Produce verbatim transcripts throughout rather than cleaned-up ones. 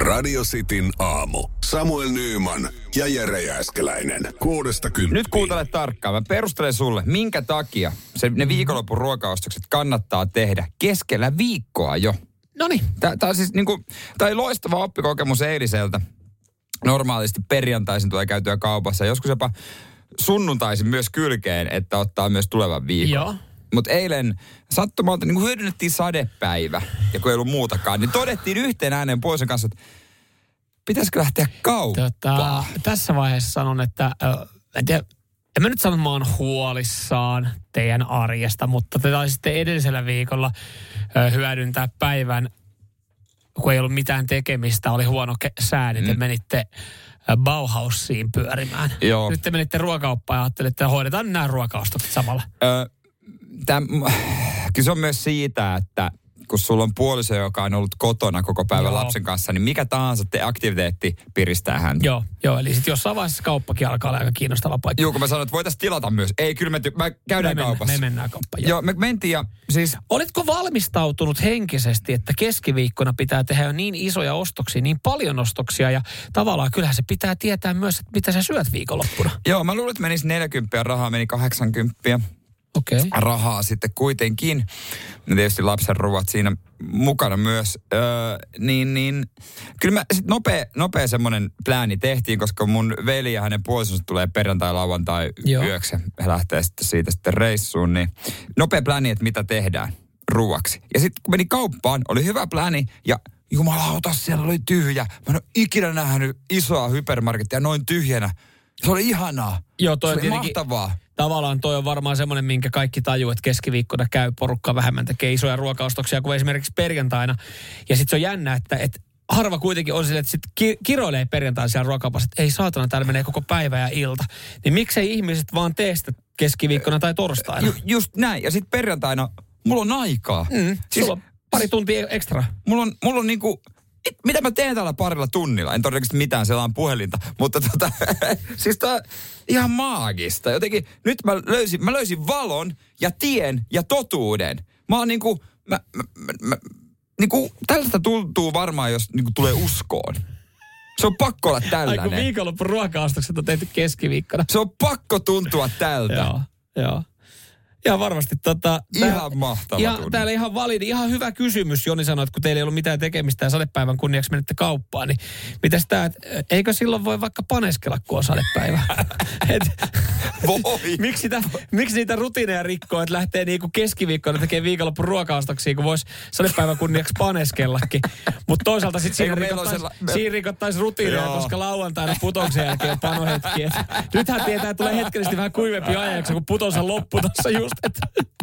Radio Cityn aamu. Samuel Nyyman ja Jere Jääskeläinen. Kuudesta kymppiin. Nyt kuuntele tarkkaan. Mä perustelen sulle, minkä takia se, ne viikonlopun ruokaostokset kannattaa tehdä keskellä viikkoa jo. Noniin. Tämä on siis niinku, tää oli loistava oppikokemus eiliseltä. Normaalisti perjantaisin tulee käytyä kaupassa. Joskus jopa sunnuntaisin myös kylkeen, että ottaa myös tulevan viikon. Joo. Mutta eilen sattumalta niin hyödynnettiin sadepäivä, ja kun ei ollut muutakaan, niin todettiin yhteen ääneen poisen kanssa, että pitäisikö lähteä kauppaan? Tota, tässä vaiheessa sanon, että äh, en tiedä, en mä nyt sano, että mä oon huolissaan teidän arjesta, mutta te taisitte edellisellä viikolla äh, hyödyntää päivän, kun ei ollut mitään tekemistä, oli huono ke- sää, niin te mm. menitte äh, Bauhausiin pyörimään. Joo. Nyt te menitte ruokakauppaan ja ajattelitte, että hoidetaan nämä ruokaostokset samalla. Öö, Tämä, kyllä se on myös siitä, että kun sulla on puoliso, joka on ollut kotona koko päivän joo. lapsen kanssa, niin mikä tahansa te aktiviteetti piristää häntä. Joo, joo, eli sitten jossain vaiheessa kauppakin alkaa olla aika kiinnostava paikka. Joo, kun mä sanoin, että voitaisiin tilata myös. Ei, kyllä me, ty- mä käydään me kaupassa. Mennään, me mennään kauppaan. Joo. Joo, me mentiin ja siis... Olitko valmistautunut henkisesti, että keskiviikkona pitää tehdä jo niin isoja ostoksia, niin paljon ostoksia ja tavallaan kyllähän se pitää tietää myös, että mitä sä syöt viikonloppuna. Joo, mä luulen, että menisi neljäkymppiä rahaa, meni kahdeksankymppiä. Okay. Rahaa sitten kuitenkin. Ja tietysti lapsen ruuat siinä mukana myös. Öö, niin, niin, kyllä mä sitten nopea, nopea semmoinen plääni tehtiin, koska mun veli ja hänen puolisonsa tulee perjantai, lauantai yöksi. He lähtee sitten siitä sitten reissuun. Niin nopea plääni, että mitä tehdään ruuaksi. Ja sitten kun meni kauppaan, oli hyvä plääni ja jumalauta, siellä oli tyhjä. Mä en ole ikinä nähnyt isoa hypermarkettia noin tyhjänä. Se oli ihanaa. Joo, toi se oli mahtavaa. Tavallaan toi on varmaan semmoinen, minkä kaikki tajuu, että keskiviikkona käy porukka vähemmän, tekee isoja ruokaostoksia kuin esimerkiksi perjantaina. Ja sitten se on jännä, että, että harva kuitenkin on sille, että sit ki- kiroilee perjantaina siellä ruokaupassa, että ei saatana, täällä menee koko päivä ja ilta. Niin miksei ihmiset vaan tee sitä keskiviikkona tai torstaina? Ju, just näin. Ja sitten perjantaina mulla on aikaa. Mm, siis, sulla on pari tuntia ekstra. Mulla on, mulla on niinku... Mitä mä teen tällä parilla tunnilla? En todennäköisesti mitään, siellä on puhelinta. Mutta tota, siis tää on ihan maagista. Jotenkin nyt mä löysin, mä löysin valon ja tien ja totuuden. Mä oon niinku, mä, mä, mä, mä, niinku, tällaista tuntuu varmaan, jos niinku tulee uskoon. Se on pakko olla tällainen. Ai kun viikonloppu ruoka-ostokset on tehty keskiviikkona. Se on pakko tuntua tältä. Joo, joo. Ihan varmasti. Tota, ihan tää, mahtava ja tunne. täällä ihan validi, ihan hyvä kysymys. Joni sanoi, että kun teillä ei ollut mitään tekemistä ja sadepäivän kunniaksi menette kauppaan, niin mitäs tää, et, eikö silloin voi vaikka paneskella, kun on sadepäivä? Et, voi. miksi, sitä, miksi niitä rutiineja rikkoo, että lähtee niinku keskiviikkona tekemään viikonloppun ruokaostoksia, kun voisi sadepäivän kunniaksi paneskellakin. Mutta toisaalta sitten siinä rikottaisiin sella... rikottais rutiineja, joo. koska lauantaina putouksen jälkeen on panohetki. Et, nythän tietää, että tulee hetkellisesti vähän kuivempi ajaksi, kun putous on loppu tuossa just. Että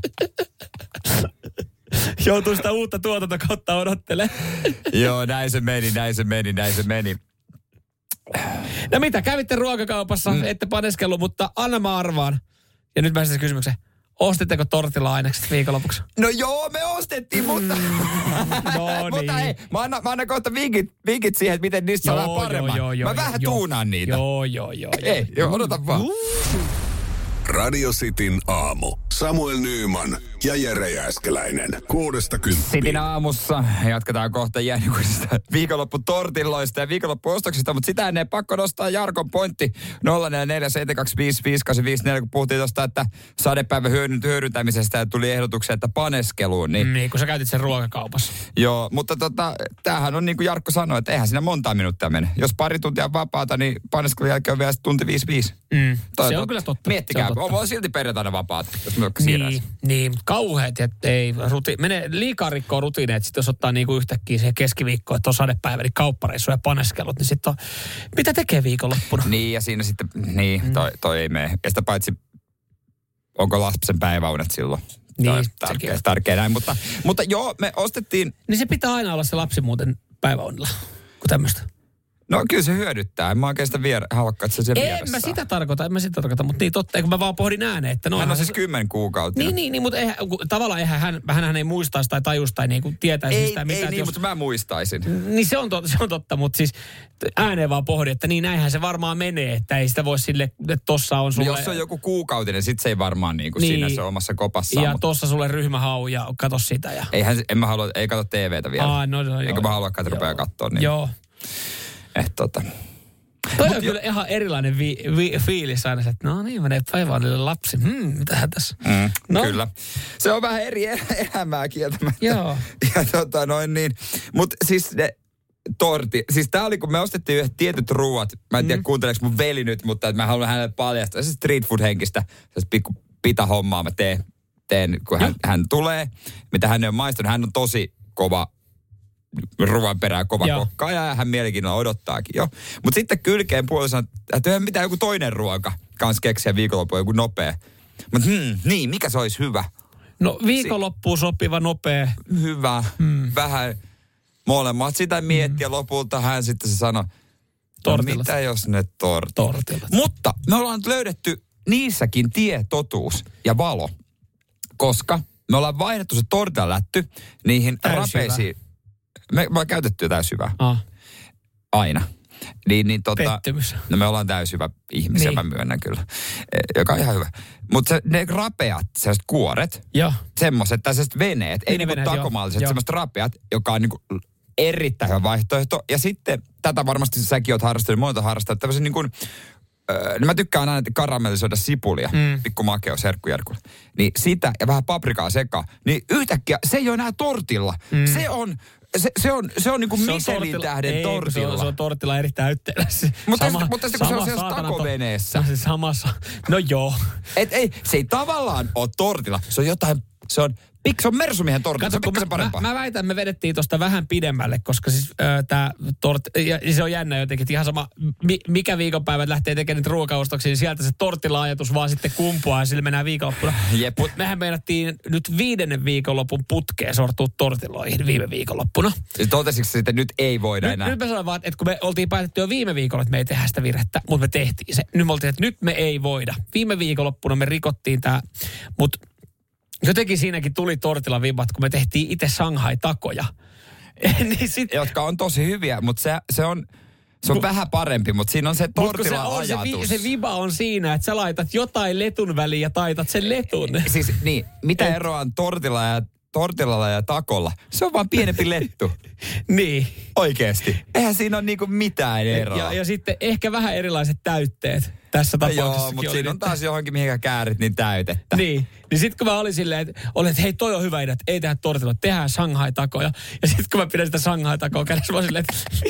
joutuu sitä uutta tuotantokautta odottelemaan. Joo, näin se meni, näin se meni, näin se meni. No mitä, kävitte ruokakaupassa, mm. ette paneskellut, mutta anna mä arvaan. Ja nyt mä esitän kysymyksen. Ostitteko tortilla-ainekset viikonlopuksi? No joo, me ostettiin, mm. mutta... no mutta niin. ei, mä annan, mä annan kohta vinkit, vinkit siihen, että miten niistä saa vähän paremmin. Joo, joo, mä vähän joo, tuunaan niitä. Joo, joo, joo. Ei, joo, odota vaan. Radio Cityn aamu. Samuel Nyyman ja Jere Jääskeläinen. Kuudesta kymppiin. Cityn aamussa jatketaan kohta jännikusista viikonlopputortilloista ja viikonloppuostoksista, mutta sitä ennen pakko nostaa Jarkon pointti nolla neljä neljä seitsemän kaksi viisi viisi kahdeksan viisi neljä, kun puhuttiin tuosta, että sadepäivän hyödyntämisestä ja tuli ehdotuksia, että paneskeluun. Niin, niin, kun sä käytit sen ruokakaupassa. Joo, mutta tota, tämähän on niin kuin Jarkko sanoi, että eihän siinä montaa minuuttia mene. Jos pari tuntia vapaata, niin paneskelun jälkeen on vielä tunti viisi viisi. Mm, se on kyllä totta. Miettikää, on, on silti perjantaina vapaata, jos me niin, niin, kauheat, että ei ruti, menee liikaa rikkoa rutiineet, sitten jos ottaa niinku yhtäkkiä siihen keskiviikkoon, että on sadepäivä, niin kauppareissu ja paneskelut, niin sitten on, mitä tekee viikonloppuna? Niin, ja siinä sitten, niin, toi, toi ei mene. Ja sitä paitsi, onko lapsen päiväunet silloin? Niin, tärkeä, tärkeä näin, mutta, mutta joo, me ostettiin... Niin se pitää aina olla se lapsi muuten päiväunilla, kun tämmöistä. No kyllä se hyödyttää. En mä oikein sitä vier... halukka, että se sen En mä sitä tarkoita, en mä sitä tarkoita, mutta niin totta, kun mä vaan pohdin ääneen, että no... Hän on siis kymmen kuukautta. Niin, niin, niin, mutta eihän, tavallaan eihän hän, hän ei muistaisi tai tajuisi tai niinku tietäisi ei, sitä mitään. Ei niin, jos... mutta mä muistaisin. Niin se on, totta, se on totta, mutta siis ääneen vaan pohdin, että niin näinhän se varmaan menee, että ei sitä voi sille, että tossa on sulle... No jos se on joku kuukautinen, sit se ei varmaan niinku niin, siinä se omassa kopassaan. Ja mutta... tossa sulle ryhmähau ja kato sitä. Ja... Eihän, en mä halua, ei katso T V:tä vielä. Aa, no, no, Eikä joo, mä halua, että rupeaa katsoa. Niin. Joo. Et tota... Toi on kyllä ihan erilainen vi, vi, fiilis aina, että no niin, menee päiväunille lapsi. Hmm, mitähän tässä? Mm, no. Kyllä. Se on vähän eri elämää kieltämättä. Joo. Ja tota noin niin. Mutta siis ne torti, siis tää oli kun me ostettiin yhdet tietyt ruuat. Mä en tiedä mm. kuunteleeko mun veli nyt, mutta mä haluan hänelle paljastaa. Se street food henkistä, se pikku pita hommaa mä teen, teen kun hän, hän tulee. Mitä hän ei ole maistanut, hän on tosi kova ruoan perään kova Joo. kokka ja hän mielenkiinnolla odottaakin jo. Mutta sitten kylkeen puolella että eihän mitään joku toinen ruoka kans keksiä viikonloppuun, joku nopea. Mutta hmm, niin, mikä se olisi hyvä? No viikonloppuun sopiva nopea. Hyvä. Hmm. Vähän molemmat sitä mietti ja lopulta hän sitten se sanoi, no mitä jos ne tortilat. tortilat. Mutta me ollaan löydetty niissäkin tie, totuus ja valo. Koska me ollaan vaihdettu se tortilalätty niihin rapeisiin. Me, me on käytetty jo täyshyvää. Ah. Aina. Niin, niin tota, Pettymys. No me ollaan täyshyvä ihmisiä, niin. Mä myönnän kyllä. E, joka on ihan hyvä. Mutta ne rapeat, sellaiset kuoret, semmoiset, tai sellaiset veneet, ei niinku takomaalliset, semmoiset rapeat, joka on niinku erittäin hyvä vaihtoehto. Ja sitten, tätä varmasti säkin oot harrastanut, monta harrastaa, tämmöisen niin kuin, öö, mä tykkään aina karamellisoida sipulia, mm. pikku makeus, herkkujärkulla. Niin sitä ja vähän paprikaa sekaan. Niin yhtäkkiä se ei ole enää tortilla. Mm. Se on... Se, se on, se on niinku Michelin tähden tortilla. Se on, se on tortilla eri täytteellä. Mutta sama, mutta sitten kun se on siellä takoveneessä. No se samassa. No joo. Et ei, se ei tavallaan ole tortilla. Se on jotain, se on, se on Mersumiehen tortilla. Kato, se on pikkasen parempaa. Mä, mä väitän, me vedettiin tosta vähän pidemmälle, koska siis äh, tää tort, ja se on jännä jotenkin, että ihan sama, mi, mikä viikonpäivät lähtee tekemään niitä ruokaostoksia, niin sieltä se tortilla-ajatus vaan sitten kumpuaa ja sillä mennään viikonloppuna. Jep. Mut mehän meinattiin nyt viidennen viikonlopun putkeen sortua tortilloihin viime viikonloppuna. Siis totesitko sitten, nyt ei voida nyt, enää? Nyt mä sanon vaan, että kun me oltiin päätetty jo viime viikolla, että me ei tehdä sitä virhettä, mutta me tehtiin se. Nyt me oltiin, että nyt me ei voida. Viime viikonloppuna me rikottiin tää, mutta jotenkin siinäkin tuli tortilla vibat, kun me tehtiin itse Shanghai-takoja. niin sit... Jotka on tosi hyviä, mutta se, se on, se on Mut, vähän parempi, mutta siinä on se tortilla-ajatus. Se, se viba on siinä, että sä laitat jotain letun väliin ja taitat sen letun. Siis niin, mitä eroa on tortilla ja tortillalla ja takolla? Se on vaan pienempi lettu. Niin. Oikeesti. Eihän siinä ole niinku mitään eroa. Ja, ja sitten ehkä vähän erilaiset täytteet tässä tapauksessa. Joo, mutta siinä on taas johonkin, mihinkä käärit, niin täytettä. Niin. Niin sit kun mä olin silleen, että olin, että hei toi on hyvä idea, että ei tehdä tortilla, tehdään Shanghai-takoja. Ja sit kun mä pidän sitä Shanghai-takoa kädessä, mä olin silleen,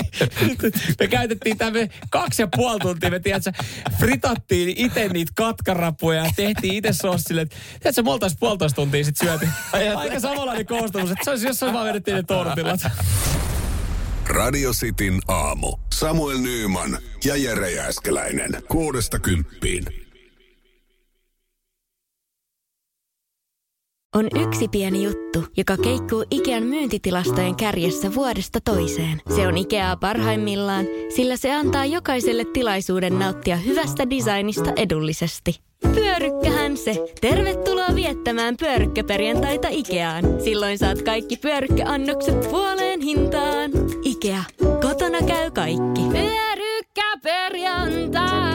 että me käytettiin tämmöinen kaksi ja puoli tuntia, me tiedätkö, fritattiin itse niitä katkarapuja ja tehtiin itse sossille. Tiedätkö, me oltais puolitoista tuntia sit syötiin. Aika samanlainen koostumus, että se olisi jossain vaan vedettiin ne tortillat. Radio Cityn aamu. Samuel Nyyman ja Jere Jääskeläinen. Kuudesta kymppiin. On yksi pieni juttu, joka keikkuu Ikean myyntitilastojen kärjessä vuodesta toiseen. Se on Ikeaa parhaimmillaan, sillä se antaa jokaiselle tilaisuuden nauttia hyvästä designista edullisesti. Pyörykkähän se! Tervetuloa viettämään pyörykkäperjantaita Ikeaan. Silloin saat kaikki pyörykkäannokset puoleen hintaan. Ikea. Kotona käy kaikki. Pyörykkäperjantai!